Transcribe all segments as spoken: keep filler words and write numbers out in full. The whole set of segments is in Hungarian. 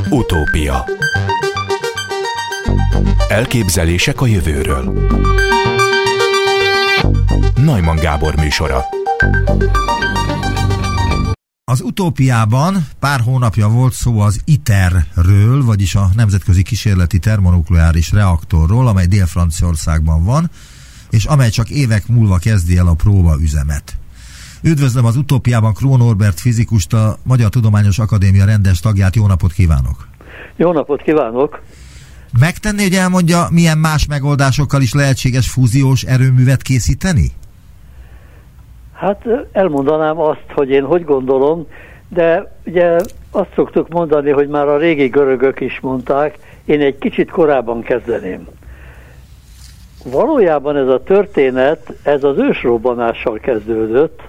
Utópia. Elképzelések a jövőről. Neumann Gábor műsora. Az Utópiában pár hónapja volt szó az ITER-ről, vagyis a Nemzetközi Kísérleti Termonukleáris Reaktorról, amely Dél-Franciaországban van, és amely csak évek múlva kezdi el a próbaüzemet. Üdvözlöm az Utópiában Krón Norbert fizikust, a Magyar Tudományos Akadémia rendes tagját. Jó napot kívánok! Jó napot kívánok! Megtenné, hogy elmondja, milyen más megoldásokkal is lehetséges fúziós erőművet készíteni? Hát elmondanám azt, hogy én hogy gondolom, de ugye azt szoktuk mondani, hogy már a régi görögök is mondták, én egy kicsit korábban kezdeném. Valójában ez a történet, ez az ősrobbanással kezdődött,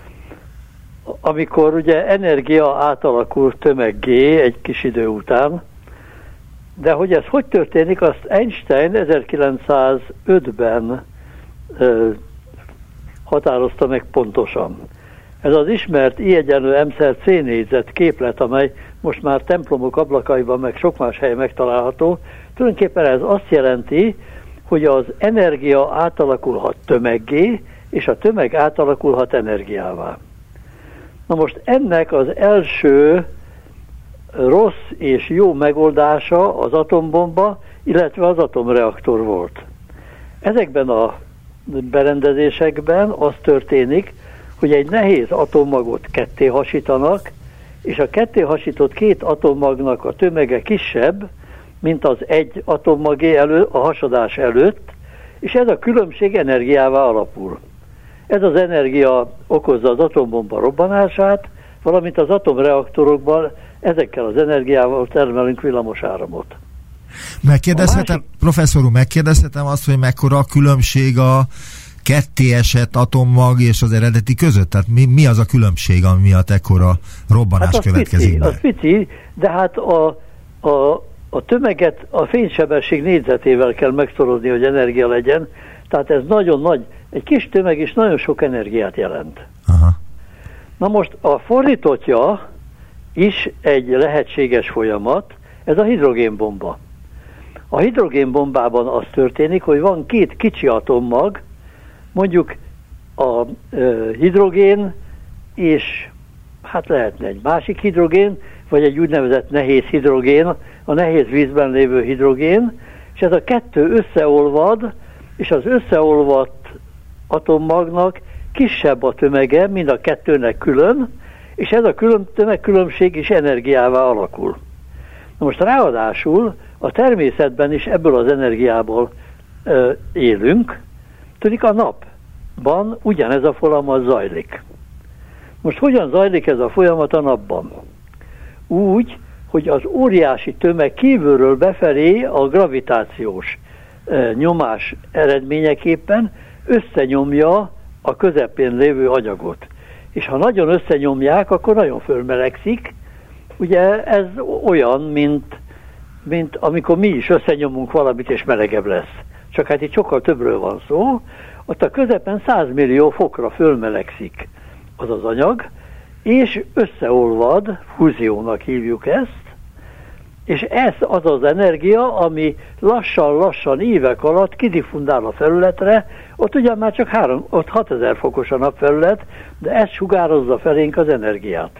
amikor ugye energia átalakult tömeggé egy kis idő után, de hogy ez hogy történik, azt Einstein ezerkilencszázötben ö, határozta meg pontosan. Ez az ismert I egyenlő mszer C négyzet képlet, amely most már templomok ablakaiban, meg sok más helyen megtalálható, tulajdonképpen ez azt jelenti, hogy az energia átalakulhat tömeggé, és a tömeg átalakulhat energiává. Na most ennek az első rossz és jó megoldása az atombomba, illetve az atomreaktor volt. Ezekben a berendezésekben az történik, hogy egy nehéz atommagot ketté hasítanak, és a ketté hasított két atommagnak a tömege kisebb, mint az egy atommagé elő, a hasadás előtt, és ez a különbség energiává alapul. Ez az energia okozza az atombomba robbanását, valamint az atomreaktorokban ezekkel az energiával termelünk villamosáramot. Megkérdezhetem, másik... professzor úr, megkérdezhetem azt, hogy mekkora a különbség a ketté esett atommag és az eredeti között? Tehát mi, mi az a különbség, ami miatt ekkora robbanás hát következik pici, be? Az pici, de hát a, a, a tömeget a fénysebesség négyzetével kell megszorozni, hogy energia legyen, tehát ez nagyon nagy, egy kis tömeg is nagyon sok energiát jelent. Aha. Na most a fordítottja is egy lehetséges folyamat, ez a hidrogénbomba. A hidrogénbombában az történik, hogy van két kicsi atommag, mondjuk a ö, hidrogén, és hát lehetne egy másik hidrogén, vagy egy úgynevezett nehéz hidrogén, a nehéz vízben lévő hidrogén, és ez a kettő összeolvad, és az összeolvadt atommagnak kisebb a tömege, mint a kettőnek külön, és ez a külön, tömegkülönbség is energiává alakul. Na most ráadásul a természetben is ebből az energiából ö, élünk, tudjuk, a napban ugyanez a folyamat zajlik. Most hogyan zajlik ez a folyamat a napban? Úgy, hogy az óriási tömeg kívülről befelé a gravitációs ö, nyomás eredményeképpen összenyomja a közepén lévő anyagot. És ha nagyon összenyomják, akkor nagyon fölmelegszik. Ugye ez olyan, mint, mint amikor mi is összenyomunk valamit, és melegebb lesz. Csak hát itt sokkal többről van szó. Ott a közepen száz millió fokra fölmelegszik az az anyag, és összeolvad, fúziónak hívjuk ezt, és ez az az energia, ami lassan-lassan évek alatt kidiffundál a felületre, ott ugyan már csak három, ott hatezer fokos a napfelület, de ez sugározza felénk az energiát.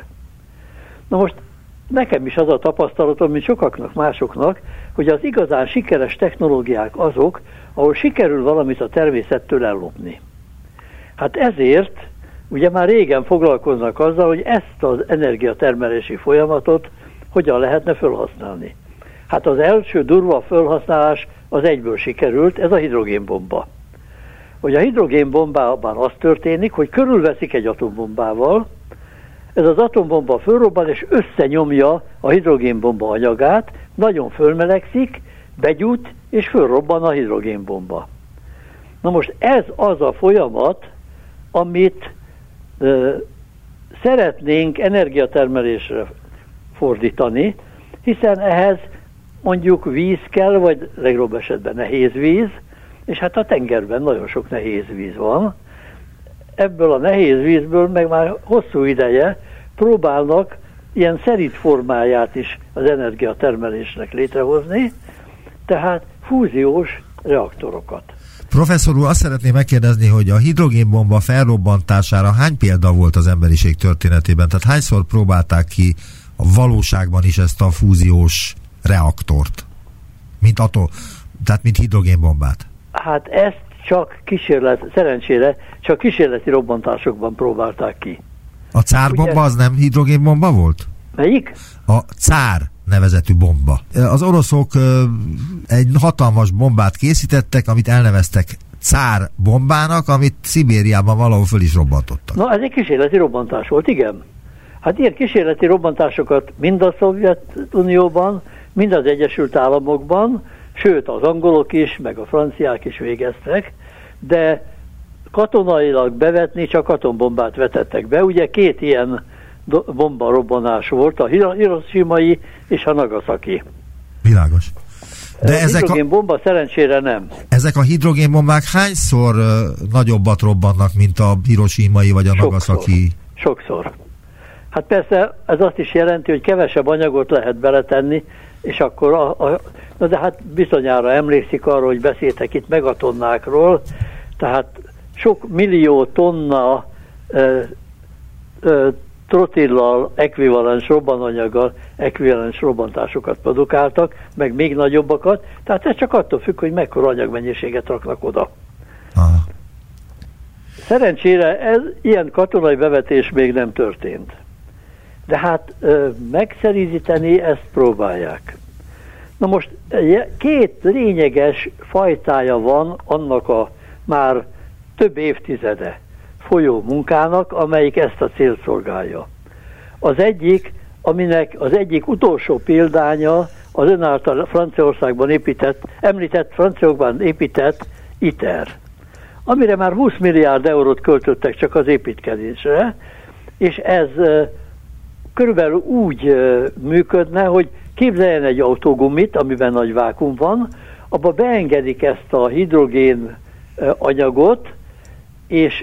Na most nekem is az a tapasztalatom, mint sokaknak másoknak, hogy az igazán sikeres technológiák azok, ahol sikerül valamit a természettől ellopni. Hát ezért ugye már régen foglalkoznak azzal, hogy ezt az energiatermelési folyamatot hogyan lehetne felhasználni. Hát az első durva felhasználás az egyből sikerült, ez a hidrogénbomba. Hogy a hidrogénbombában az történik, hogy körülveszik egy atombombával, ez az atombomba fölrobban és összenyomja a hidrogénbomba anyagát, nagyon fölmelegszik, begyújt és fölrobban a hidrogénbomba. Na most ez az a folyamat, amit ö, szeretnénk energiatermelésre fordítani, hiszen ehhez mondjuk víz kell, vagy legrobb esetben nehéz víz, és hát a tengerben nagyon sok nehéz víz van. Ebből a nehéz vízből meg már hosszú ideje próbálnak ilyen szerint formáját is az energiatermelésnek létrehozni, tehát fúziós reaktorokat. Professzor úr, azt szeretném megkérdezni, hogy a hidrogénbomba felrobbantására hány példa volt az emberiség történetében? Tehát hányszor próbálták ki a valóságban is ezt a fúziós reaktort? Mint atom, tehát mint hidrogénbombát? Hát ezt csak kísérlet, szerencsére csak kísérleti robbantásokban próbálták ki. A cárbomba az nem hidrogénbomba volt? Melyik? A cár nevezetű bomba. Az oroszok egy hatalmas bombát készítettek, amit elneveztek cár bombának, amit Szibériában valahol föl is robbantottak. Na, ez egy kísérleti robbantás volt, igen. Hát ilyen kísérleti robbantásokat mind a Szovjetunióban, mind az Egyesült Államokban, sőt az angolok is, meg a franciák is végeztek, de katonailag bevetni csak atombombát vetettek be. Ugye két ilyen bomba robbanás volt, a hiroshimai és a nagasaki. Világos. De a ezek hidrogénbomba a... szerencsére nem. Ezek a hidrogénbombák hányszor uh, nagyobbat robbannak, mint a hiroshimai vagy a Sokszor. nagasaki? Sokszor. Hát persze ez azt is jelenti, hogy kevesebb anyagot lehet beletenni, és akkor a, a, na de hát bizonyára emlékszik arra, hogy beszéltek itt megatonnákról, tehát sok millió tonna ö, ö, trotillal, ekvivalens robbananyaggal ekvivalens robbantásokat produkáltak, meg még nagyobbakat, tehát ez csak attól függ, hogy mekkora anyagmennyiséget raknak oda. Aha. Szerencsére ez, ilyen katonai bevetés még nem történt. De hát ö, megszerízíteni ezt próbálják. Na most két lényeges fajtája van annak a már több évtizede folyó munkának, amelyik ezt a célt szolgálja. Az egyik, aminek az egyik utolsó példánya az ön által Franciaországban épített, említett Franciaországban épített ITER, amire már húsz milliárd eurót költöttek csak az építkezésre, és ez körülbelül úgy működne, hogy képzeljen egy autógumit, amiben nagy vákum van, abba beengedik ezt a hidrogén anyagot, és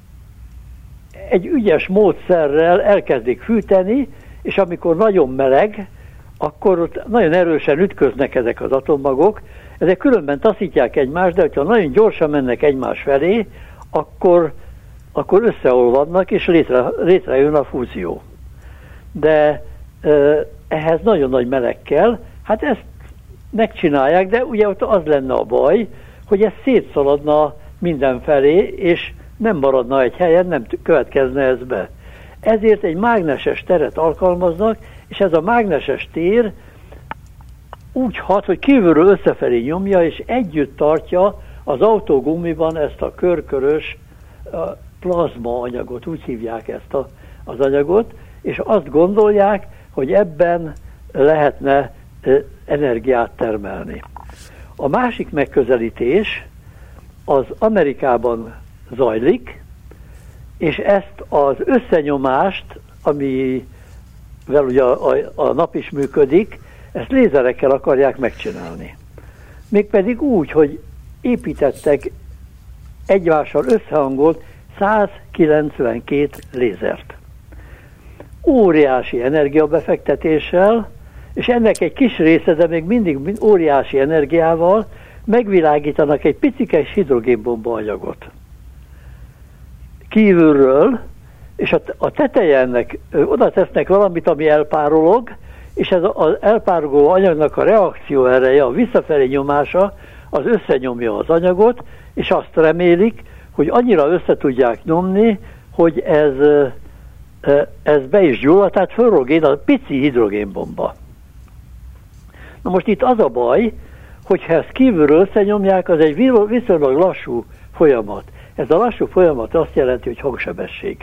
egy ügyes módszerrel elkezdik fűteni, és amikor nagyon meleg, akkor ott nagyon erősen ütköznek ezek az atommagok. Ezek különben taszítják egymást, de ha nagyon gyorsan mennek egymás felé, akkor, akkor összeolvadnak, és létre, létrejön a fúzió. De ehhez nagyon nagy meleg kell. Hát ezt megcsinálják, de ugye ott az lenne a baj, hogy ez szétszaladna mindenfelé, és nem maradna egy helyen, nem következne ez be. Ezért egy mágneses teret alkalmaznak, és ez a mágneses tér úgy hat, hogy kívülről összefelé nyomja, és együtt tartja az autógumiban ezt a körkörös plazma anyagot, úgy hívják ezt a, az anyagot, és azt gondolják, hogy ebben lehetne energiát termelni. A másik megközelítés az Amerikában zajlik, és ezt az összenyomást, amivel ugye a, a, a nap is működik, ezt lézerekkel akarják megcsinálni. Mégpedig úgy, hogy építettek egymással összehangolt százkilencvenkét lézert. Óriási energiabefektetéssel, és ennek egy kis része, de még mindig óriási energiával megvilágítanak egy picikes hidrogénbomba anyagot kívülről, és a teteje ennek oda tesznek valamit, ami elpárolog, és ez az elpárolgó anyagnak a reakció ereje, a visszafelé nyomása, az összenyomja az anyagot, és azt remélik, hogy annyira össze tudják nyomni, hogy ez, ez be is gyullad, tehát fölrogén a pici hidrogénbomba. Na most itt az a baj, hogyha ezt kívülről összenyomják, az egy viszonylag lassú folyamat. Ez a lassú folyamat azt jelenti, hogy hangsebesség.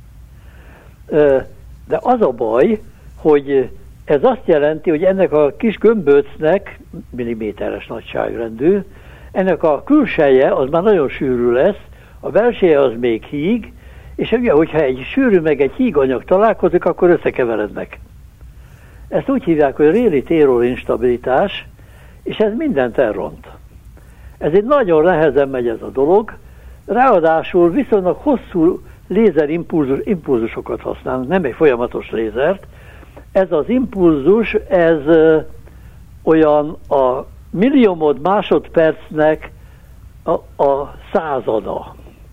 De az a baj, hogy ez azt jelenti, hogy ennek a kis gömböcnek, milliméteres nagyságrendű, ennek a külseje az már nagyon sűrű lesz, a belseje az még híg, és ugye, hogyha egy sűrű meg egy híg anyag találkozik, akkor összekeverednek. Ezt úgy hívják, hogy Rayleigh-Taylor instabilitás, és ez mindent elront. Ez egy nagyon nehezen megy ez a dolog, ráadásul viszonylag hosszú lézerimpulzusokat használnak, nem egy folyamatos lézert, ez az impulzus, ez ö, olyan a milliómod másodpercnek a, a százada.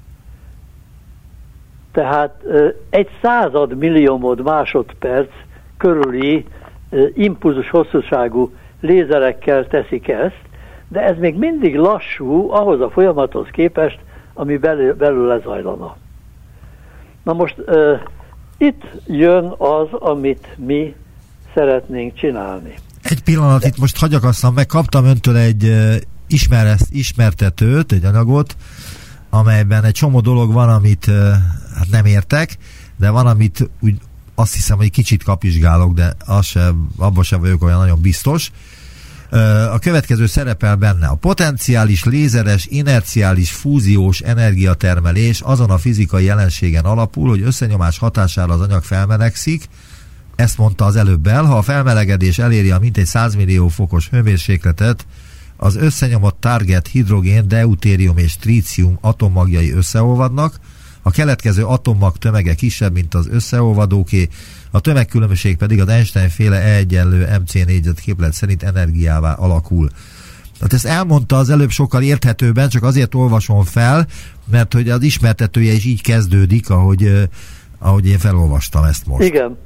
Tehát ö, egy század milliómod másodperc körüli ö, impulzus hosszúságú lézerekkel teszik ezt, de ez még mindig lassú ahhoz a folyamathoz képest, ami belül, belül lezajlana. Na most uh, itt jön az, amit mi szeretnénk csinálni. Egy pillanat, de... itt most hagyjakasszam meg, kaptam öntől egy uh, ismer, ismertetőt, egy anyagot, amelyben egy csomó dolog van, amit uh, hát nem értek, de van, amit úgy azt hiszem, hogy kicsit kapizsgálok, de az sem, abban sem vagyok olyan nagyon biztos. A következő szerepel benne: a potenciális lézeres, inerciális, fúziós energiatermelés azon a fizikai jelenségen alapul, hogy összenyomás hatására az anyag felmelegszik. Ezt mondta az előbb el, ha a felmelegedés eléri a mintegy száz millió fokos hőmérsékletet, az összenyomott target hidrogén, deutérium és trícium atommagjai összeolvadnak, a keletkező atommag tömege kisebb, mint az összeolvadóké, a tömegkülönbség pedig az Einstein-féle E egyenlő em cé négyzet képlet szerint energiává alakul. Tehát ezt elmondta az előbb sokkal érthetőben, csak azért olvasom fel, mert hogy az ismertetője is így kezdődik, ahogy, ahogy én felolvastam ezt most. Igen.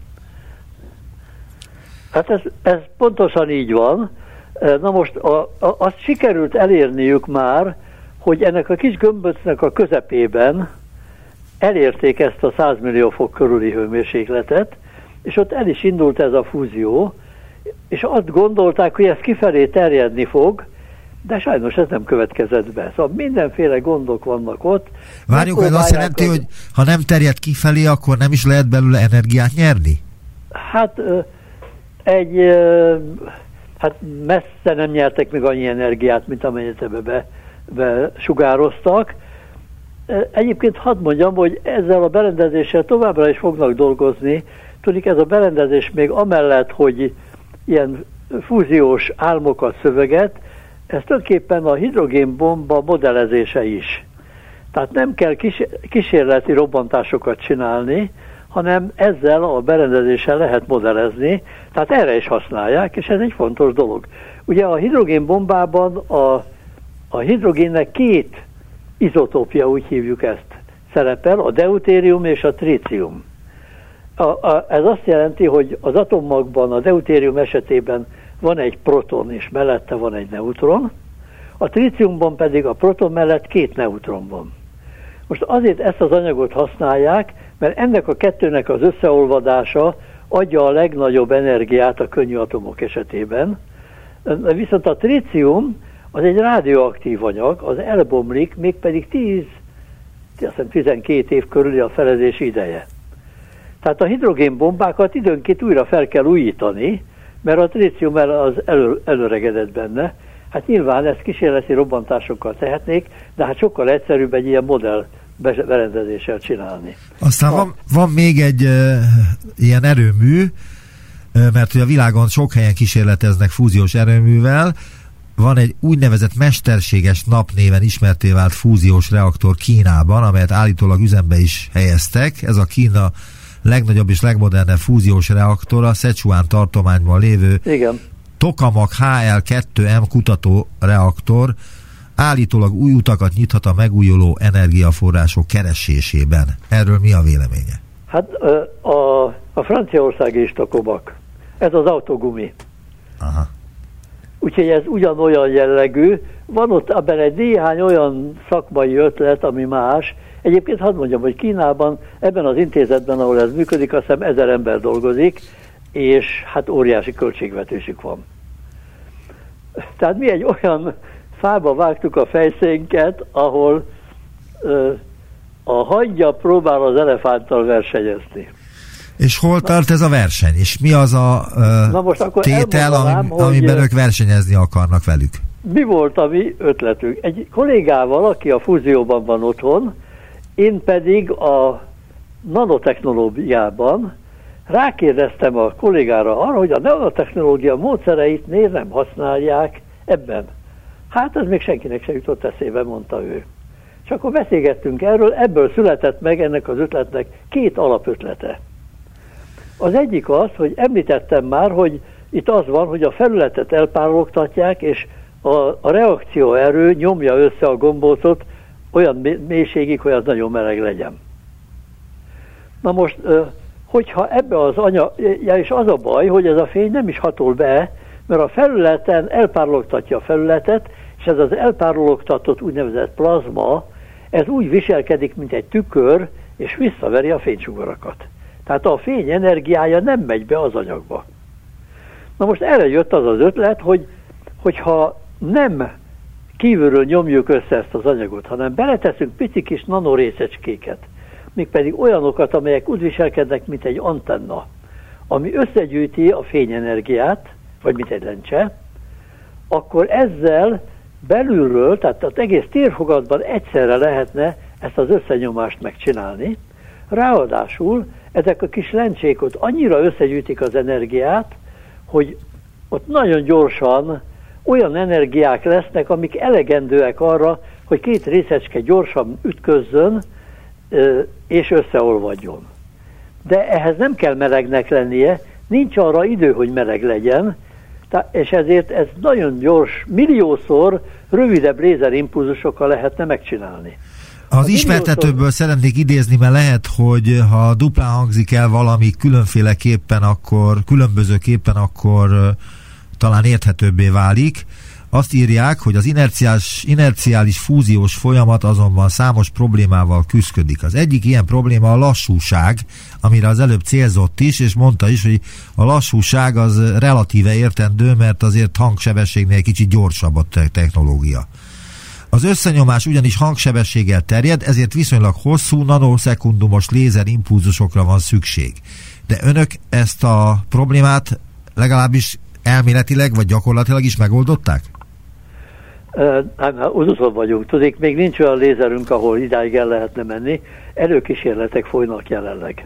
Hát ez, ez pontosan így van. Na most a, a, azt sikerült elérniük már, hogy ennek a kis gömböcnek a közepében elérték ezt a száz millió fok körüli hőmérsékletet, és ott el is indult ez a fúzió, és azt gondolták, hogy ez kifelé terjedni fog, de sajnos ez nem következett be. Szóval mindenféle gondok vannak ott. Várjuk, ez azt jelenti, hogy ha nem terjed kifelé, akkor nem is lehet belőle energiát nyerni? Hát egy, hát messze nem nyertek még annyi energiát, mint amennyit ebbe be, be sugároztak. Egyébként hadd mondjam, hogy ezzel a berendezéssel továbbra is fognak dolgozni. Tudjuk, ez a berendezés még amellett, hogy ilyen fúziós álmokat szöveget, ez tulajdonképpen a hidrogénbomba modellezése is. Tehát nem kell kísérleti robbantásokat csinálni, hanem ezzel a berendezéssel lehet modellezni, tehát erre is használják, és ez egy fontos dolog. Ugye a hidrogénbombában a, a hidrogénnek két izotópja, úgy hívjuk ezt, szerepel, a deutérium és a trícium. A, a, ez azt jelenti, hogy az atommagban, a deutérium esetében van egy proton, és mellette van egy neutron, a tríciumban pedig a proton mellett két neutron van. Most azért ezt az anyagot használják, mert ennek a kettőnek az összeolvadása adja a legnagyobb energiát a könnyű atomok esetében, viszont a trícium az egy radioaktív anyag, az elbomlik, mégpedig tíz, tizenkét év körüli a felezési ideje. Tehát a hidrogénbombákat időnként újra fel kell újítani, mert a trícium az elő, előregedett benne. Hát nyilván ezt kísérleti robbantásokkal tehetnék, de hát sokkal egyszerűbb egy ilyen modell berendezéssel csinálni. Aztán van, van még egy uh, ilyen erőmű, uh, mert hogy a világon sok helyen kísérleteznek fúziós erőművel. Van egy úgynevezett mesterséges napnéven ismertté vált fúziós reaktor Kínában, amelyet állítólag üzembe is helyeztek. Ez a Kína legnagyobb és legmodernebb fúziós reaktor, a Szechuan tartományban lévő Igen. Tokamak há el kettő em kutató reaktor állítólag új utakat nyithat a megújuló energiaforrások keresésében. Erről mi a véleménye? Hát a, a franciaországi is Tokamak. Ez az autógumi. Aha. Úgyhogy ez ugyanolyan jellegű. Van ott ebben egy néhány olyan szakmai ötlet, ami más. Egyébként hadd mondjam, hogy Kínában, ebben az intézetben, ahol ez működik, azt hiszem ezer ember dolgozik, és hát óriási költségvetésük van. Tehát mi egy olyan fába vágtuk a fejszénket, ahol ö, a hangya próbál az elefánttal versenyezni. És hol tart ez a verseny? És mi az a uh, Na most akkor tétel, ami, amiben ők versenyezni akarnak velük? Mi volt a mi ötletünk? Egy kollégával, aki a fúzióban van otthon, én pedig a nanotechnológiában rákérdeztem a kollégára arra, hogy a nanotechnológia módszereit miért nem használják ebben. Hát ez még senkinek se jutott eszébe, mondta ő. És akkor beszélgettünk erről, ebből született meg ennek az ötletnek két alapötlete. Az egyik az, hogy említettem már, hogy itt az van, hogy a felületet elpárologtatják, és a, a reakcióerő nyomja össze a gombócot olyan mélységig, hogy az nagyon meleg legyen. Na most, hogyha ebbe az anyag, és az a baj, hogy ez a fény nem is hatol be, mert a felületen elpárologtatja a felületet, és ez az elpárologtatott úgynevezett plazma, ez úgy viselkedik, mint egy tükör, és visszaveri a fénysugarakat. Tehát a fény energiája nem megy be az anyagba. Na most erre jött az az ötlet, hogy hogyha nem kívülről nyomjuk össze ezt az anyagot, hanem beleteszünk pici kis nanorészecskéket, mégpedig olyanokat, amelyek úgy viselkednek, mint egy antenna, ami összegyűjti a fényenergiát, vagy mint egy lencse, akkor ezzel belülről, tehát az egész térfogatban egyszerre lehetne ezt az összenyomást megcsinálni. Ráadásul ezek a kis lencsék ott annyira összegyűjtik az energiát, hogy ott nagyon gyorsan olyan energiák lesznek, amik elegendőek arra, hogy két részecske gyorsan ütközzön és összeolvadjon. De ehhez nem kell melegnek lennie, nincs arra idő, hogy meleg legyen, és ezért ez nagyon gyors, milliószor rövidebb lézerimpulzusokkal lehetne megcsinálni. Az ismertetőből szeretnék idézni, mert lehet, hogy ha duplán hangzik el valami különféleképpen, akkor különbözőképpen, akkor talán érthetőbbé válik. Azt írják, hogy az inerciális, inerciális fúziós folyamat azonban számos problémával küszködik. Az egyik ilyen probléma a lassúság, amire az előbb célzott is, és mondta is, hogy a lassúság az relatíve értendő, mert azért hangsebességnél kicsit gyorsabb a technológia. Az összenyomás ugyanis hangsebességgel terjed, ezért viszonylag hosszú nanoszekundumos lézerimpulzusokra van szükség. De önök ezt a problémát legalábbis elméletileg vagy gyakorlatilag is megoldották? Hát utolsó vagyunk. Tudnék, még nincs olyan lézerünk, ahol idáig el lehetne menni. Előkísérletek folynak jelenleg.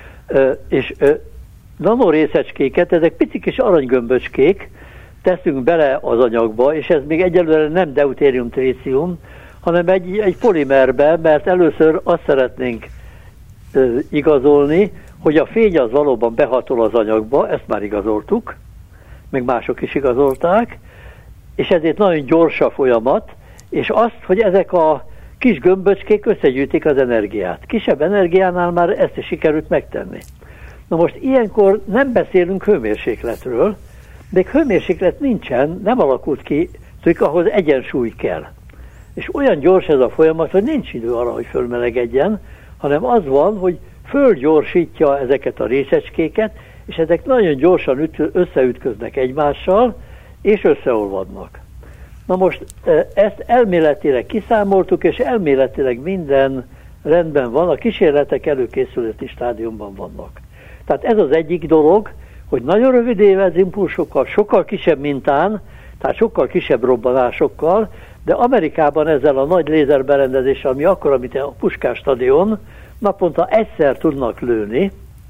És nanorészecskéket, ezek pici kis aranygömböcskék, teszünk bele az anyagba, és ez még egyelőre nem deutérium-trícium, hanem egy, egy polimerbe, mert először azt szeretnénk ö, igazolni, hogy a fény az valóban behatol az anyagba, ezt már igazoltuk, meg mások is igazolták, és ezért nagyon gyors a folyamat, és azt, hogy ezek a kis gömböcskék összegyűjtik az energiát. Kisebb energiánál már ezt is sikerült megtenni. Na most ilyenkor nem beszélünk hőmérsékletről, de hőmérséklet nincsen, nem alakult ki, hogy ahhoz egyensúly kell. És olyan gyors ez a folyamat, hogy nincs idő arra, hogy fölmelegedjen, hanem az van, hogy fölgyorsítja ezeket a részecskéket, és ezek nagyon gyorsan üt, összeütköznek egymással, és összeolvadnak. Na most ezt elméletileg kiszámoltuk, és elméletileg minden rendben van, a kísérletek előkészületi stádiumban vannak. Tehát ez az egyik dolog, hogy nagyon rövid lézerimpulzusokkal, sokkal kisebb mintán, tehát sokkal kisebb robbanásokkal, de Amerikában ezzel a nagy lézerberendezéssel, ami akkora, mint a Puskás stadion, naponta egyszer tudnak lőni.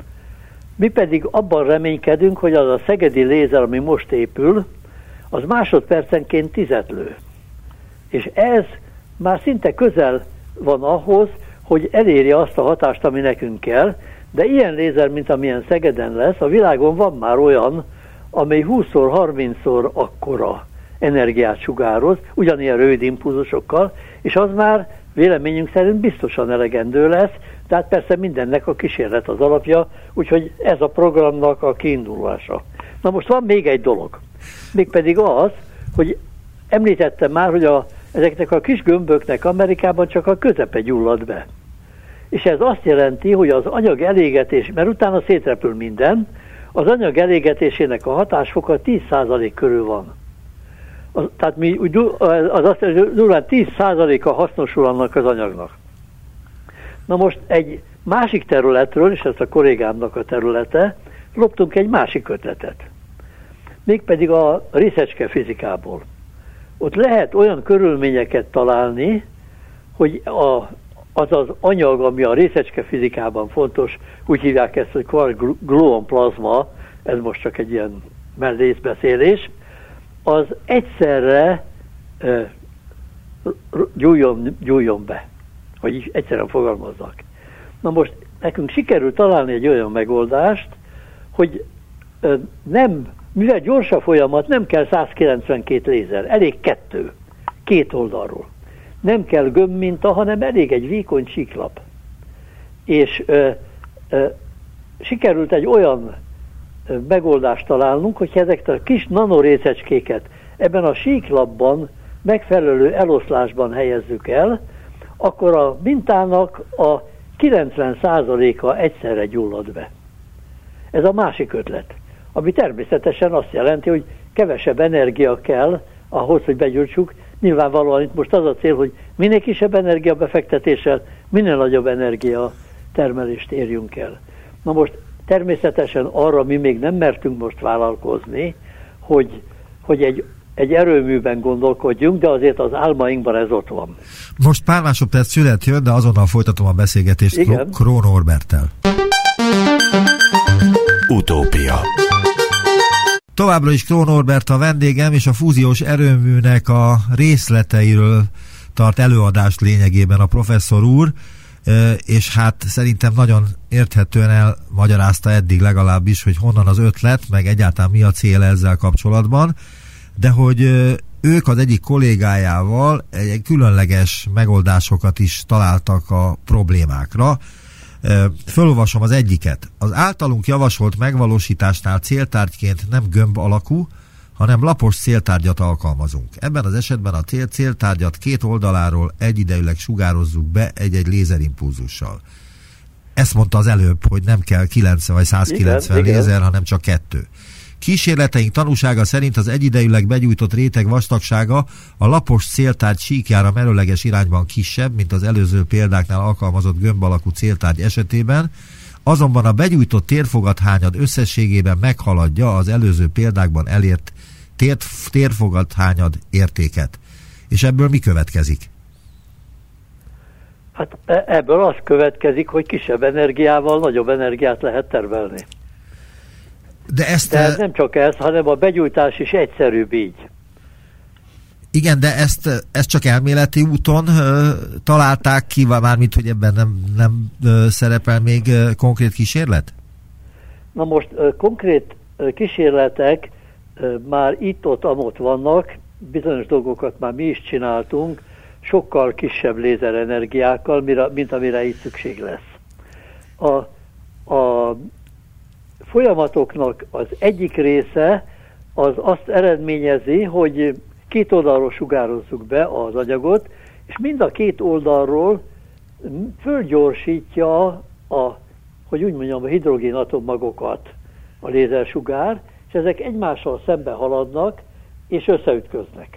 Mi pedig abban reménykedünk, hogy az a szegedi lézer, ami most épül, az másodpercenként tizet lő. És ez már szinte közel van ahhoz, hogy elérje azt a hatást, ami nekünk kell, de ilyen lézer, mint amilyen Szegeden lesz, a világon van már olyan, amely húszszor, harmincszor akkora energiát sugároz, ugyanilyen rövid impulzusokkal, és az már véleményünk szerint biztosan elegendő lesz, tehát persze mindennek a kísérlet az alapja, úgyhogy ez a programnak a kiindulása. Na most van még egy dolog, mégpedig az, hogy említettem már, hogy a, ezeknek a kis gömböknek Amerikában csak a közepe gyullad be. És ez azt jelenti, hogy az anyag elégetés, mert utána szétrepül minden, az anyag elégetésének a hatásfoka tíz százalék körül van. Az, tehát mi, az azt jelenti, hogy durván tíz százaléka hasznosul annak az anyagnak. Na most egy másik területről, és ez a kollégámnak a területe, loptunk egy másik ötletet. Mégpedig a részecske fizikából. Ott lehet olyan körülményeket találni, hogy a az az anyag, ami a részecske fizikában fontos, úgy hívják ezt, hogy quark-gluon plazma, ez most csak egy ilyen mellészbeszélés, az egyszerre uh, gyújjon, gyújjon be, hogy így egyszerűen fogalmazzak. Na most nekünk sikerült találni egy olyan megoldást, hogy ö, nem, mivel gyors a folyamat, nem kell százkilencvenkét lézer, elég kettő, két oldalról. Nem kell gömbminta, hanem elég egy vékony síklap. És ö, ö, sikerült egy olyan ö, megoldást találnunk, hogy ezeket a kis nanorészecskéket ebben a síklapban megfelelő eloszlásban helyezzük el, akkor a mintának a kilencven százaléka egyszerre gyullad be. Ez a másik ötlet, ami természetesen azt jelenti, hogy kevesebb energia kell ahhoz, hogy begyújtsuk. Nyilvánvalóan itt most az a cél, hogy minél kisebb energia befektetéssel, minél nagyobb energia termelést érjünk el. Na most természetesen arra mi még nem mertünk most vállalkozni, hogy, hogy egy egy erőműben gondolkodjunk, de azért az álmainkban ez ott van. Most pár másodperc szület jön, de azonnal folytatom a beszélgetést Igen. Krón Norberttel. Utópia. Továbbra is Krón Norbert a vendégem, és a fúziós erőműnek a részleteiről tart előadást lényegében a professzor úr, és hát szerintem nagyon érthetően elmagyarázta eddig legalábbis, hogy honnan az ötlet, meg egyáltalán mi a cél ezzel kapcsolatban, de hogy ők az egyik kollégájával egy különleges megoldásokat is találtak a problémákra. Fölolvasom az egyiket. Az általunk javasolt megvalósításnál céltárgyként nem gömb alakú, hanem lapos céltárgyat alkalmazunk. Ebben az esetben a cél céltárgyat két oldaláról egyidejűleg sugározzuk be egy-egy lézerimpulzussal. Ezt mondta az előbb, hogy nem kell kilencven vagy százkilencven igen, lézer, igen. hanem csak kettő. Kísérleteink tanúsága szerint az egyidejűleg begyújtott réteg vastagsága a lapos céltárgy síkjára merőleges irányban kisebb, mint az előző példáknál alkalmazott gömb alakú céltárgy esetében, azonban a begyújtott térfogathányad összességében meghaladja az előző példákban elért tér, térfogathányad értéket. És ebből mi következik? Hát ebből az következik, hogy kisebb energiával nagyobb energiát lehet termelni. De ezt... Tehát nem csak ez, hanem a begyújtás is egyszerűbb így. Igen, de ezt, ezt csak elméleti úton ö, találták ki, mármint, hogy ebben nem, nem ö, szerepel még ö, konkrét kísérlet? Na most ö, konkrét ö, kísérletek ö, már itt-ott, amott vannak, bizonyos dolgokat már mi is csináltunk, sokkal kisebb lézerenergiákkal, mire, mint amire itt szükség lesz. A, a folyamatoknak az egyik része az azt eredményezi, hogy két oldalról sugározzuk be az anyagot, és mind a két oldalról fölgyorsítja a, hogy úgy mondjam, a hidrogénatommagokat a lézersugár, és ezek egymással szembe haladnak, és összeütköznek.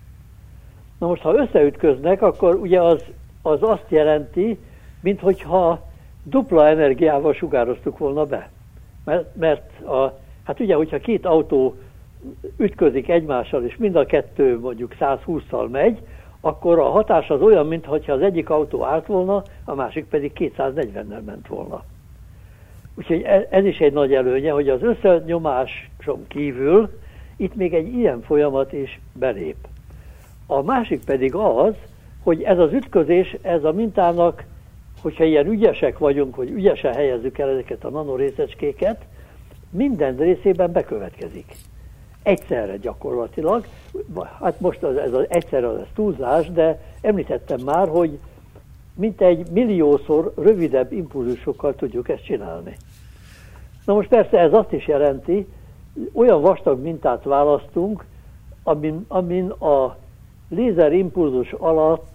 Na most, ha összeütköznek, akkor ugye az, az azt jelenti, minthogyha dupla energiával sugároztuk volna be. Mert, mert a, hát ugye, hogyha két autó ütközik egymással, és mind a kettő mondjuk száz hússzal megy, akkor a hatás az olyan, mintha az egyik autó állt volna, a másik pedig kétszáznegyvennel ment volna. Úgyhogy ez is egy nagy előnye, hogy az összenyomáson kívül itt még egy ilyen folyamat is belép. A másik pedig az, hogy ez az ütközés, ez a mintának, hogyha ilyen ügyesek vagyunk, hogy ügyesen helyezzük el ezeket a nanorészecskéket, minden részében bekövetkezik. Egyszerre gyakorlatilag, hát most az, ez az egyszerre az túlzás, de említettem már, hogy mintegy milliószor rövidebb impulzusokkal tudjuk ezt csinálni. Na most persze ez azt is jelenti, olyan vastag mintát választunk, amin, amin a lézerimpulzus alatt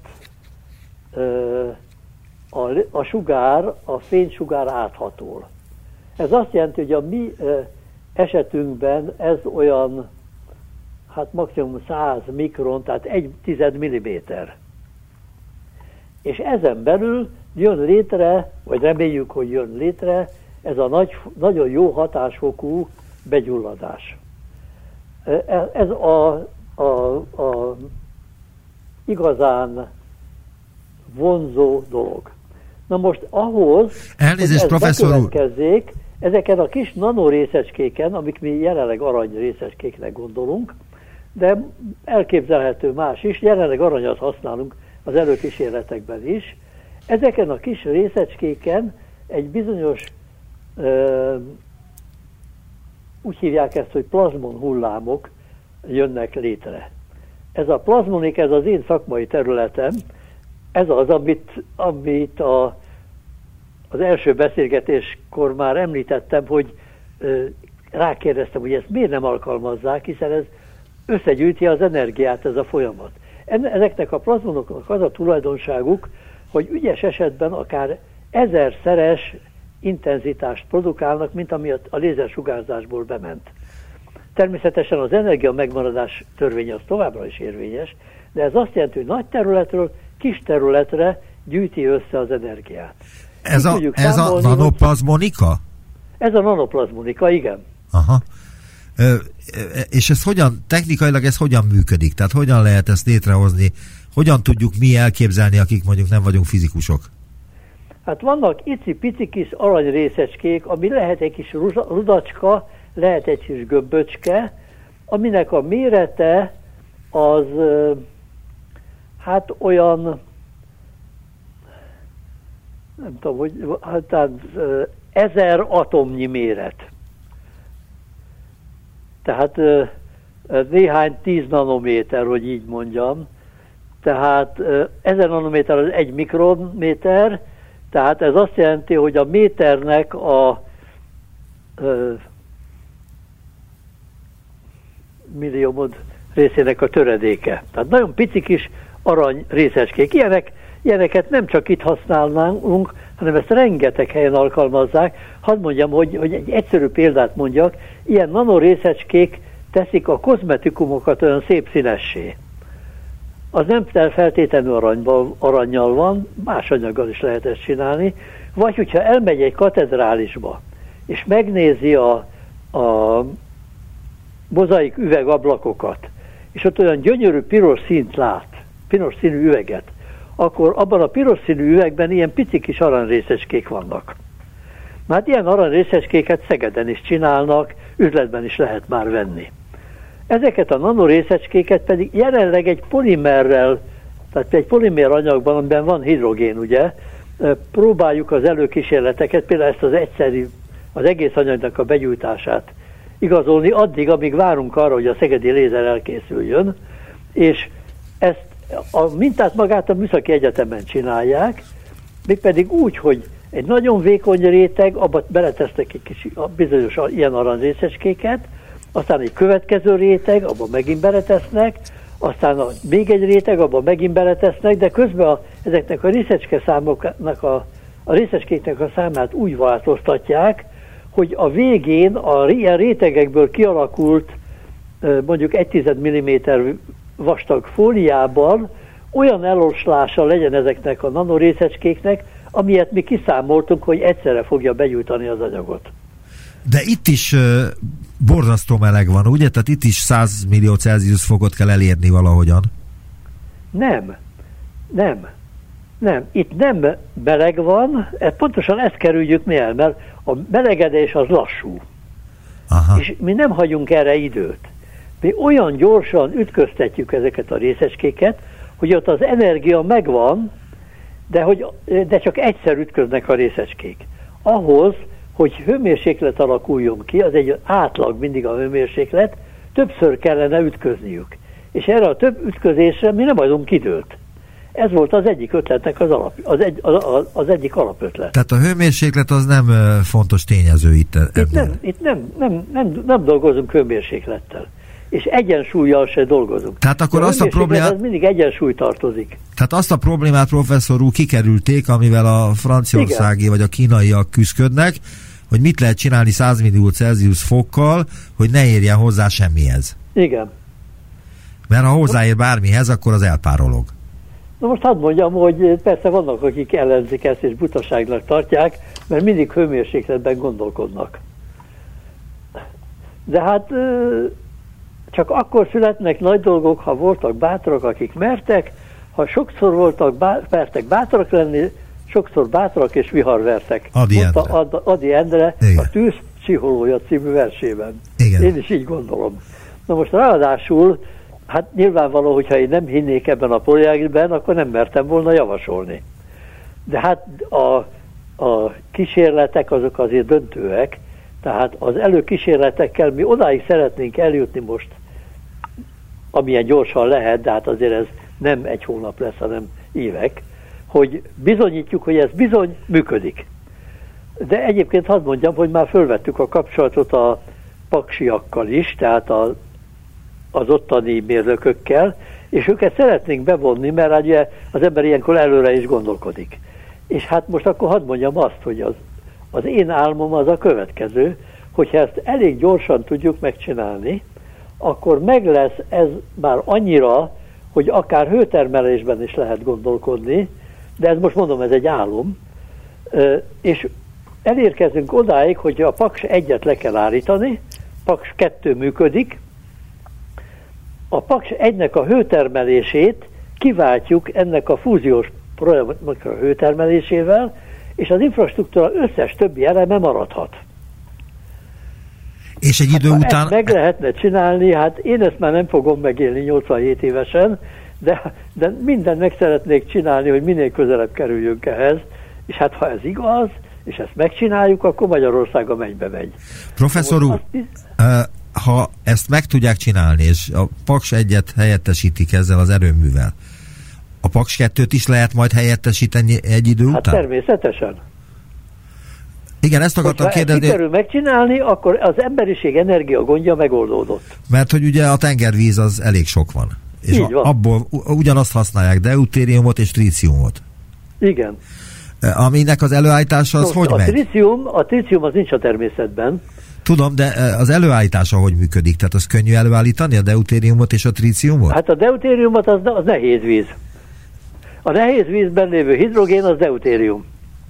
ö, a, a sugár, a fénysugár áthatol. Ez azt jelenti, hogy a mi ö, esetünkben ez olyan, hát maximum száz mikron, tehát egy tized milliméter. És ezen belül jön létre, vagy reméljük, hogy jön létre, ez a nagy, nagyon jó hatásfokú begyulladás. Ez a, a, a igazán vonzó dolog. Na most ahhoz, Elnézést, hogy ez professzor úr. bekövetkezzék, ezeken a kis nanorészecskéken, amik mi jelenleg aranyrészecskéknek gondolunk, de elképzelhető más is, jelenleg aranyat használunk az előkísérletekben is, ezeken a kis részecskéken egy bizonyos ö, úgy hívják ezt, hogy plazmon hullámok jönnek létre. Ez a plazmonik, ez az én szakmai területem, ez az, amit, amit a, az első beszélgetéskor már említettem, hogy ö, rákérdeztem, hogy ezt miért nem alkalmazzák, hiszen ez összegyűjti az energiát, ez a folyamat. Ezeknek a plazmonoknak az a tulajdonságuk, hogy ügyes esetben akár ezerszeres intenzitást produkálnak, mint ami a lézersugárzásból bement. Természetesen az energia megmaradás törvénye az továbbra is érvényes, de ez azt jelenti, hogy nagy területről kis területre gyűjti össze az energiát. Ez a, ez a nanoplazmonika? Ez a nanoplazmonika, igen. Aha. Ö, és ez hogyan, technikailag ez hogyan működik? Tehát hogyan lehet ezt létrehozni? Hogyan tudjuk mi elképzelni, akik mondjuk nem vagyunk fizikusok? Hát vannak icipici kis aranyrészecskék, ami lehet egy kis rudacska, lehet egy kis gömböcske, aminek a mérete az hát olyan, nem tudom, hogy hát ezer atomnyi méret. Tehát néhány tíz nanométer, hogy így mondjam. Tehát ezer nanométer az egy mikrométer, tehát ez azt jelenti, hogy a méternek a ö, milliómod részének a töredéke. Tehát nagyon pici kis arany részecskék. Ilyenek, ilyeneket nem csak itt használnánk, hanem ezt rengeteg helyen alkalmazzák. Hadd mondjam, hogy, hogy egy egyszerű példát mondjak, ilyen nanorészecskék teszik a kozmetikumokat olyan szép színessé. Az nem feltétlenül aranyban, arannyal van, más anyaggal is lehet ezt csinálni, vagy hogyha elmegy egy katedrálisba, és megnézi a, a mozaik üvegablakokat, és ott olyan gyönyörű piros színt lát, piros színű üveget, akkor abban a piros színű üvegben ilyen pici kis aranyrészecskék vannak. Hát ilyen aranyrészecskéket Szegeden is csinálnak, üzletben is lehet már venni. Ezeket a nanorészecskéket pedig jelenleg egy polimerrel, tehát egy polimér anyagban, amiben van hidrogén, ugye, próbáljuk az előkísérleteket, például ezt az egyszerű, az egész anyagnak a begyújtását igazolni, addig, amíg várunk arra, hogy a szegedi lézer elkészüljön, és ezt a mintát magát a Műszaki Egyetemen csinálják, mégpedig úgy, hogy egy nagyon vékony réteg, abba beletesznek egy kis bizonyos ilyen aranyrészecskéket, aztán egy következő réteg, abban megint beletesznek, aztán a, még egy réteg, abban megint beletesznek, de közben a, ezeknek a részecske számoknak a, a részecskéknek a számát úgy változtatják, hogy a végén a ilyen rétegekből kialakult mondjuk egy tized milliméter vastag fóliában olyan eloszlása legyen ezeknek a nanorészecskéknek, amilyet mi kiszámoltunk, hogy egyszerre fogja begyújtani az anyagot. De itt is uh, borzasztó meleg van, ugye? Tehát itt is száz millió Celsius fokot kell elérni valahogyan. Nem. Nem. Nem. Itt nem meleg van, pontosan ezt kerüljük mi el, mert a melegedés az lassú. Aha. És mi nem hagyunk erre időt. Mi olyan gyorsan ütköztetjük ezeket a részecskéket, hogy ott az energia megvan, de, hogy, de csak egyszer ütköznek a részecskék. Ahhoz, hogy hőmérséklet alakuljon ki, az egy átlag mindig a hőmérséklet, többször kellene ütközniük. És erre a több ütközésre mi nem adunk időt. Ez volt az egyik ötletnek az, alap, az, egy, az, az egyik alapötlet. Tehát a hőmérséklet az nem fontos tényező itt. Itt, nem, itt nem, nem, nem, nem dolgozunk hőmérséklettel. És egyensúllyal se dolgozunk. Tehát akkor azt a problémát... Ez mindig egyensúly tartozik. Tehát azt a problémát, professzor úr, kikerülték, amivel a franciaországi vagy a kínaiak küzdködnek, hogy mit lehet csinálni száz millió Celsius fokkal, hogy ne érjen hozzá semmihez. Igen. Mert ha hozzáér bármihez, akkor az elpárolog. Na most hadd mondjam, hogy persze vannak, akik ellenzik ezt és butaságnak tartják, mert mindig hőmérsékletben gondolkodnak. De hát csak akkor születnek nagy dolgok, ha voltak bátrak, akik mertek, ha sokszor voltak, bá, mertek bátrak lenni, sokszor bátrak és viharvertek. Ady Endre. Ad, Ady Endre Igen. a Tűz pszichológia című versében. Igen. Én is így gondolom. Na most ráadásul, hát nyilvánvaló, hogyha én nem hinnék ebben a projektben, akkor nem mertem volna javasolni. De hát a, a kísérletek azok azért döntőek, Tehát az előkísérletekkel mi odáig szeretnénk eljutni most, amilyen gyorsan lehet, de hát azért ez nem egy hónap lesz, hanem évek, hogy bizonyítjuk, hogy ez bizony működik. De egyébként hadd mondjam, hogy már fölvettük a kapcsolatot a paksiakkal is, tehát a, az ottani mérnökökkel, és őket szeretnénk bevonni, mert ugye az ember ilyenkor előre is gondolkodik. És hát most akkor hadd mondjam azt, hogy az, az én álmom az a következő, hogyha ezt elég gyorsan tudjuk megcsinálni, akkor meg lesz ez már annyira, hogy akár hőtermelésben is lehet gondolkodni, de ez most mondom, ez egy álom, és elérkezünk odáig, hogy a Paks egyet le kell állítani, Paks kettő működik, a Paks egynek a hőtermelését kiváltjuk ennek a fúziós projektnek a hőtermelésével, és az infrastruktúra összes többi eleme maradhat. És egy idő hát, után... Ezt meg lehetne csinálni, hát én ezt már nem fogom megélni nyolcvanhét évesen, de, de mindent meg szeretnék csinálni, hogy minél közelebb kerüljünk ehhez, és hát ha ez igaz, és ezt megcsináljuk, akkor Magyarország a mennybe megy. Professzor úr, ha ezt meg tudják csinálni, és a Paks egyet helyettesítik ezzel az erőművel, a Paks kettőt is lehet majd helyettesíteni egy idő hát után? Hát természetesen. Igen, ezt akartam Hogyha kérdezni. Ha sikerül megcsinálni, akkor az emberiség energia gondja megoldódott. Mert hogy ugye a tengervíz az elég sok van. És így van. Abból ugyanazt használják, deutériumot és tríciumot. Igen. Aminek az előállítása az no, hogy a megy? Trícium, a trícium az nincs a természetben. Tudom, de az előállítása hogy működik? Tehát az könnyű előállítani, a deutériumot és a tríciumot? Hát a deutériumot az, az nehéz víz. A nehéz vízben lévő hidrogén az deutérium.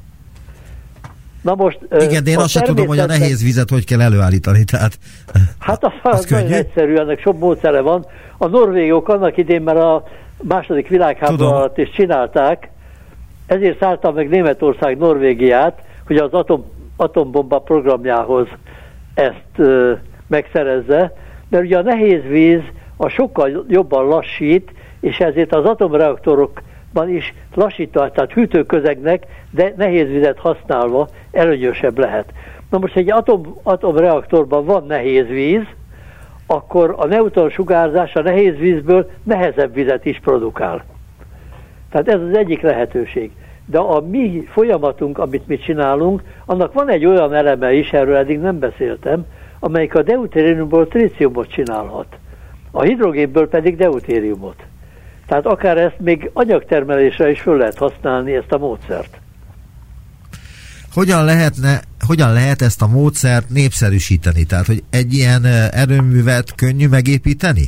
Na most... Igen, de én azt sem tudom, hogy a nehéz vizet hogy kell előállítani, tehát... Hát az, az, az nagyon egyszerű, ennek sok módszere van. A norvégok annak idén már a második világháború alatt is csinálták, ezért szállta meg Németország Norvégiát, hogy az atom, atombomba programjához ezt ö, megszerezze, mert ugye a nehéz víz a sokkal jobban lassít, és ezért az atomreaktorokban is lassítva, tehát hűtőközegnek, de nehéz vizet használva előnyösebb lehet. Na most egy atom, atomreaktorban van nehéz víz, akkor a neutron sugárzás a nehéz vízből nehezebb vizet is produkál. Tehát ez az egyik lehetőség. De a mi folyamatunk, amit mi csinálunk, annak van egy olyan eleme is, erről eddig nem beszéltem, amelyik a deutériumból tríciumot csinálhat. A hidrogénből pedig deutériumot. Tehát akár ezt még anyagtermelésre is föl lehet használni, ezt a módszert. Hogyan lehetne, hogyan lehet ezt a módszert népszerűsíteni? Tehát, hogy egy ilyen erőművet könnyű megépíteni?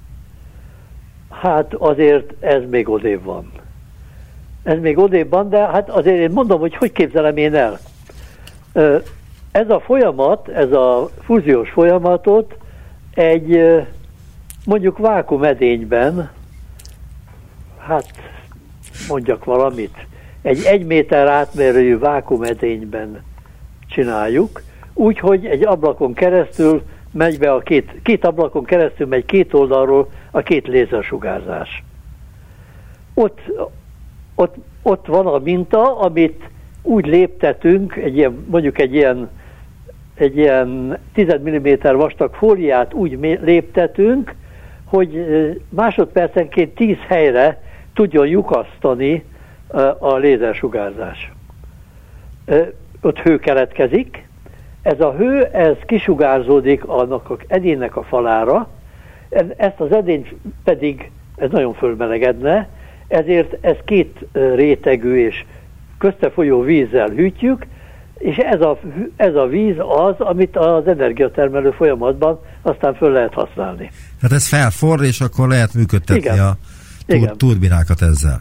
Hát azért ez még odébb van. Ez még odébb van, de hát azért én mondom, hogy hogy képzelem én el. Ez a folyamat, ez a fúziós folyamatot egy mondjuk vákuumedényben, hát mondjak valamit, egy egy méter átmérőjű vákuumedényben csináljuk, úgyhogy egy ablakon keresztül megy be a két, két ablakon keresztül megy két oldalról a két lézersugárzás. Ott, ott, ott van a minta, amit úgy léptetünk, egy ilyen, mondjuk egy ilyen, egy ilyen tíz milliméter vastag fóliát úgy léptetünk, hogy másodpercenként tíz helyre tudjon lyukasztani a lézersugárzás. Ott hő keletkezik, ez a hő, ez kisugárzódik annak az edénynek a falára, ezt az edényt pedig, ez nagyon fölmelegedne, ezért ez két rétegű és közte folyó vízzel hűtjük, és ez a, ez a víz az, amit az energiatermelő folyamatban aztán föl lehet használni. Hát ez felforr, és akkor lehet működtetni Igen. a tur- turbinákat ezzel.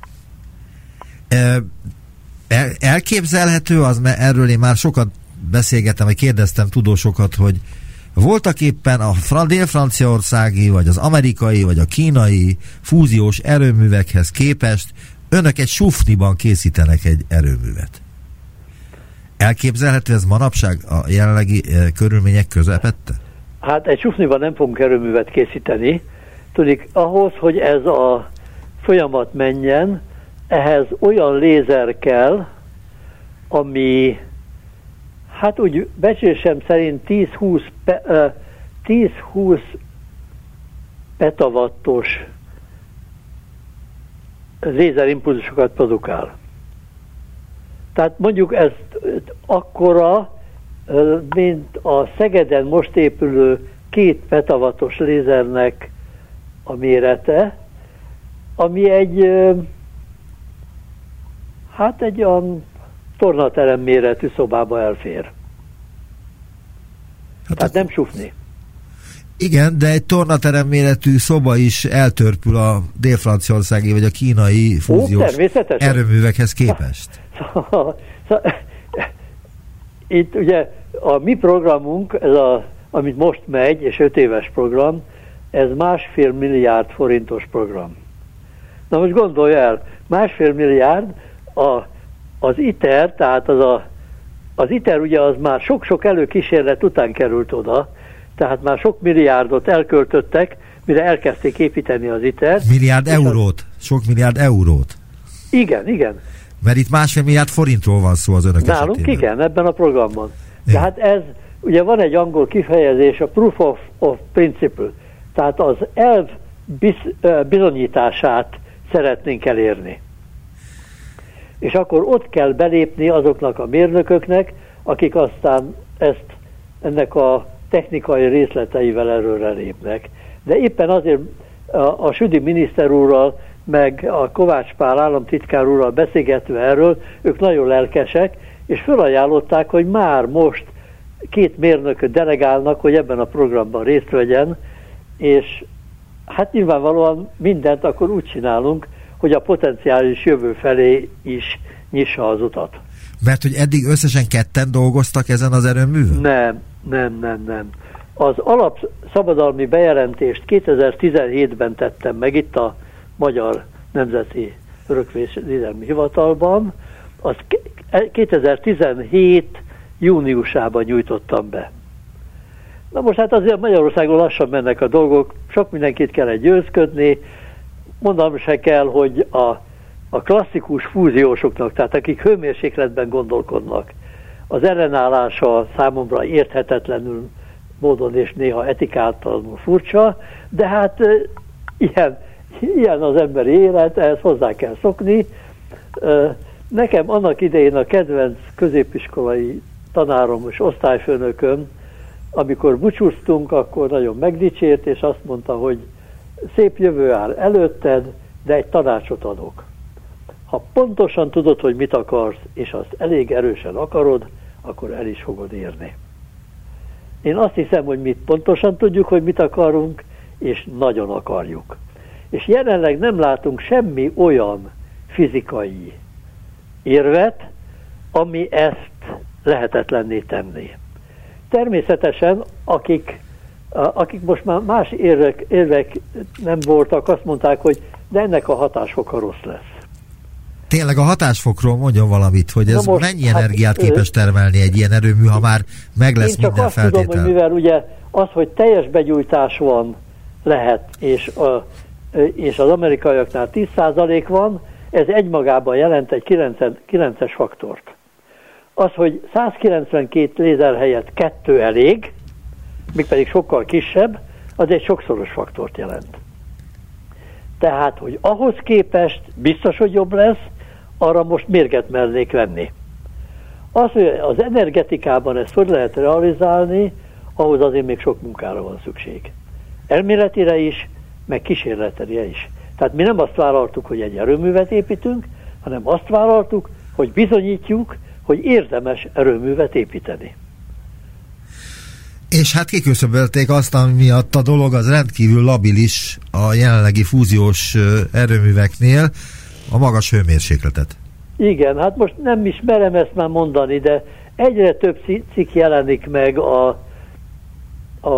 El, elképzelhető az, mert erről én már sokat beszélgettem, vagy kérdeztem tudósokat, hogy voltak éppen a dél-franciaországi, vagy az amerikai, vagy a kínai fúziós erőművekhez képest önök egy sufniban készítenek egy erőművet. Elképzelhető ez manapság a jelenlegi e, körülmények közepette? Hát egy sufniban nem fogunk erőművet készíteni. Tudik, ahhoz, hogy ez a folyamat menjen, ehhez olyan lézer kell, ami hát úgy becslésem szerint tíz-húsz pe, tíz-húsz petawattos lézerimpulzusokat produkál. Tehát mondjuk ez akkora, mint a Szegeden most épülő két petawattos lézernek a mérete, ami egy hát egy olyan tornaterem méretű szobába elfér. Hát Tehát nem sufni. Igen, de egy tornaterem méretű szoba is eltörpül a dél-franciaországi vagy a kínai fúziós Ó, erőművekhez képest. Itt ugye a mi programunk, ez a, amit most megy, és öt éves program, ez másfél milliárd forintos program. Na most gondolj el, másfél milliárd a, az ITER, tehát az a, az ITER ugye az már sok-sok előkísérlet után került oda, tehát már sok milliárdot elköltöttek, mire elkezdték építeni az ITER. Milliárd eurót, az... sok milliárd eurót. Igen, igen. Mert itt másfél milliárd forintról van szó az önök Nálunk esetében. Igen, ebben a programban. Igen. Tehát ez, ugye van egy angol kifejezés, a proof of, of principle, tehát az elv biz, bizonyítását szeretnénk elérni. És akkor ott kell belépni azoknak a mérnököknek, akik aztán ezt, ennek a technikai részleteivel erőre lépnek. De éppen azért a, a Südi miniszter úrral, meg a Kovács Pál államtitkár úrral beszélgetve erről, ők nagyon lelkesek, és felajánlották, hogy már most két mérnököt delegálnak, hogy ebben a programban részt vegyen, és hát nyilvánvalóan mindent akkor úgy csinálunk, hogy a potenciális jövő felé is nyissa az utat. Mert hogy eddig összesen ketten dolgoztak ezen az erőművön? Nem, nem, nem, nem. Az alapszabadalmi bejelentést kétezer-tizenhétben tettem meg itt a Magyar Nemzeti Örökvédelmi Hivatalban, azt kétezer-tizenhét júniusában nyújtottam be. Na most hát azért Magyarországon lassan mennek a dolgok, sok mindenkit kell győzködni, mondanom se kell, hogy a, a klasszikus fúziósoknak, tehát akik hőmérsékletben gondolkodnak, az ellenállása számomra érthetetlenül módon és néha etikátlanul furcsa, de hát e, ilyen, ilyen az emberi élet, ehhez hozzá kell szokni. E, nekem annak idején a kedvenc középiskolai tanárom és osztályfőnököm, amikor búcsúztunk, akkor nagyon megdicsért, és azt mondta, hogy szép jövő áll előtted, de egy tanácsot adok. Ha pontosan tudod, hogy mit akarsz, és azt elég erősen akarod, akkor el is fogod érni. Én azt hiszem, hogy mi pontosan tudjuk, hogy mit akarunk, és nagyon akarjuk. És jelenleg nem látunk semmi olyan fizikai érvet, ami ezt lehetetlenné tenni. Természetesen, akik, akik most már más érvek, érvek nem voltak, azt mondták, hogy de ennek a hatásfoka rossz lesz. Tényleg a hatásfokról mondjon valamit, hogy ez most, mennyi hát, energiát képes termelni egy ilyen erőmű, ha már meg lesz minden feltétel? Én csak azt tudom, hogy mivel ugye az, hogy teljes begyújtás van, lehet, és, a, és az amerikaiaknál tíz százalék van, ez egymagában jelent egy kilences faktort. Az, hogy százkilencvenkét lézer helyett kettő elég, mégpedig sokkal kisebb, az egy sokszoros faktort jelent. Tehát, hogy ahhoz képest biztos, hogy jobb lesz, arra most mérget mernék venni. Az, hogy az energetikában ezt hogy lehet realizálni, ahhoz azért még sok munkára van szükség. Elméletire is, meg kísérletire is. Tehát mi nem azt vállaltuk, hogy egy erőművet építünk, hanem azt vállaltuk, hogy bizonyítjuk, hogy érdemes erőművet építeni. És hát kiküszöbölték azt, ami miatt a dolog az rendkívül labilis a jelenlegi fúziós erőműveknél, a magas hőmérsékletet. Igen, hát most nem is merem ezt már mondani, de egyre több cikk jelenik meg a, a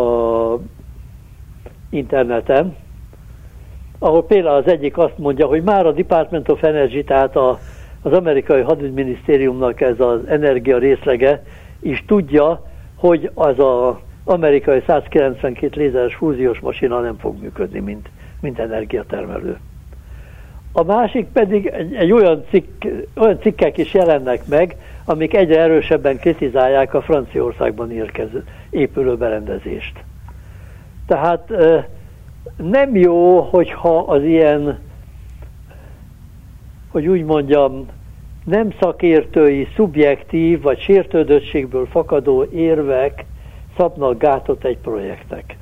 interneten, ahol például az egyik azt mondja, hogy már a Department of Energy, tehát a, az amerikai hadügyminisztériumnak ez az energia részlege is tudja, hogy az az amerikai százkilencvenkét lézeres fúziós masina nem fog működni, mint, mint energiatermelő. A másik pedig egy, egy olyan, cikk, olyan cikkek is jelennek meg, amik egyre erősebben kritizálják a Franciaországban érkező épülő berendezést. Tehát nem jó, hogyha az ilyen, hogy úgy mondjam, nem szakértői, szubjektív vagy sértődöttségből fakadó érvek szabnak gátot egy projektnek.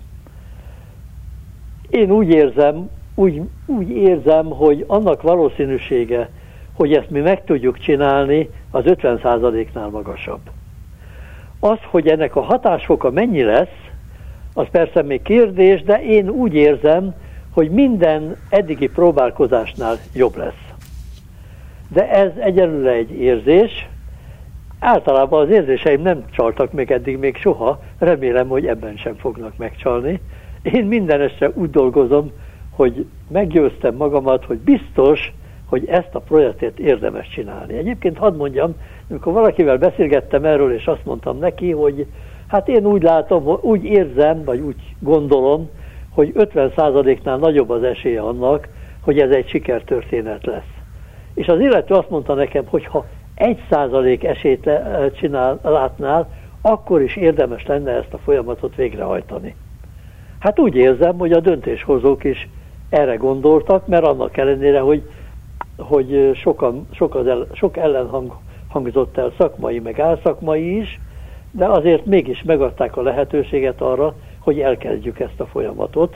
Én úgy érzem, úgy, úgy érzem, hogy annak valószínűsége, hogy ezt mi meg tudjuk csinálni, az ötven százaléknál magasabb. Az, hogy ennek a hatásfoka mennyi lesz, az persze még kérdés, de én úgy érzem, hogy minden eddigi próbálkozásnál jobb lesz. De ez egyelőre egy érzés. Általában az érzéseim nem csaltak még eddig még soha, remélem, hogy ebben sem fognak megcsalni. Én minden este úgy dolgozom, hogy meggyőztem magamat, hogy biztos, hogy ezt a projektet érdemes csinálni. Egyébként hadd mondjam, amikor valakivel beszélgettem erről, és azt mondtam neki, hogy hát én úgy látom, úgy érzem, vagy úgy gondolom, hogy ötven százaléknál nagyobb az esélye annak, hogy ez egy sikertörténet lesz. És az illető azt mondta nekem, hogy ha egy százalék esélyt csinál, látnál, akkor is érdemes lenne ezt a folyamatot végrehajtani. Hát úgy érzem, hogy a döntéshozók is erre gondoltak, mert annak ellenére, hogy, hogy sokan, sok, az el, sok ellenhang hangzott el, szakmai meg álszakmai is, de azért mégis megadták a lehetőséget arra, hogy elkezdjük ezt a folyamatot.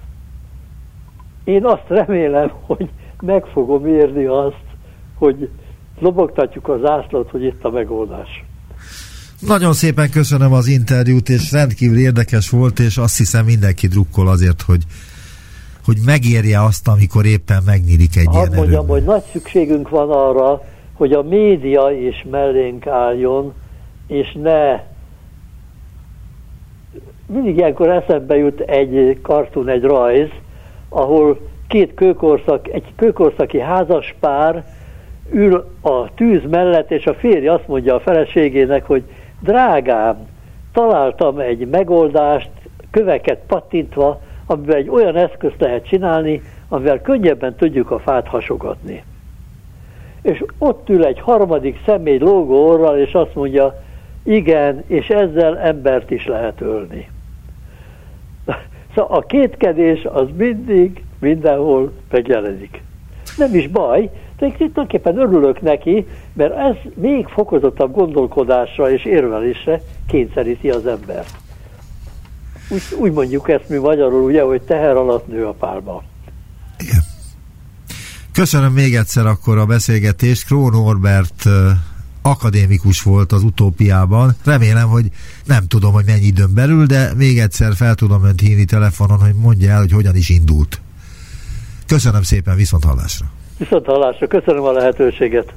Én azt remélem, hogy meg fogom érni azt, hogy lobogtatjuk a zászlót, hogy itt a megoldás. Nagyon szépen köszönöm az interjút, és rendkívül érdekes volt, és azt hiszem mindenki drukkol azért, hogy, hogy megérje azt, amikor éppen megnyílik egy Hadd ilyen mondjam, erőben. hogy nagy szükségünk van arra, hogy a média is mellénk álljon, és ne... Mindig ilyenkor eszembe jut egy kartun, egy rajz, ahol két kőkorszak, egy kőkorszaki házaspár ül a tűz mellett, és a férj azt mondja a feleségének, hogy drágám, találtam egy megoldást, köveket pattintva, amivel egy olyan eszközt lehet csinálni, amivel könnyebben tudjuk a fát hasogatni. És ott ül egy harmadik személy lógó orral, és azt mondja, igen, és ezzel embert is lehet ölni. Szóval a kétkedés az mindig, mindenhol megjelenik. Nem is baj, de tulajdonképpen örülök neki, mert ez még fokozottabb gondolkodásra és érvelésre kényszeríti az embert. Úgy, úgy mondjuk ezt mi magyarul, ugye, hogy teher alatt nő a pálma. Igen. Köszönöm még egyszer akkor a beszélgetést. Krón Norbert akadémikus volt az Utópiában. Remélem, hogy nem tudom, hogy mennyi időn belül, de még egyszer fel tudom önt hívni telefonon, hogy mondja el, hogy hogyan is indult. Köszönöm szépen, viszont hallásra. Viszont hallásra, köszönöm a lehetőséget.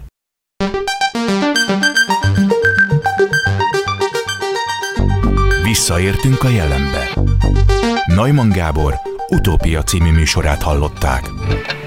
Visszaértünk a jelenbe. Neumann Gábor Utópia című műsorát hallották.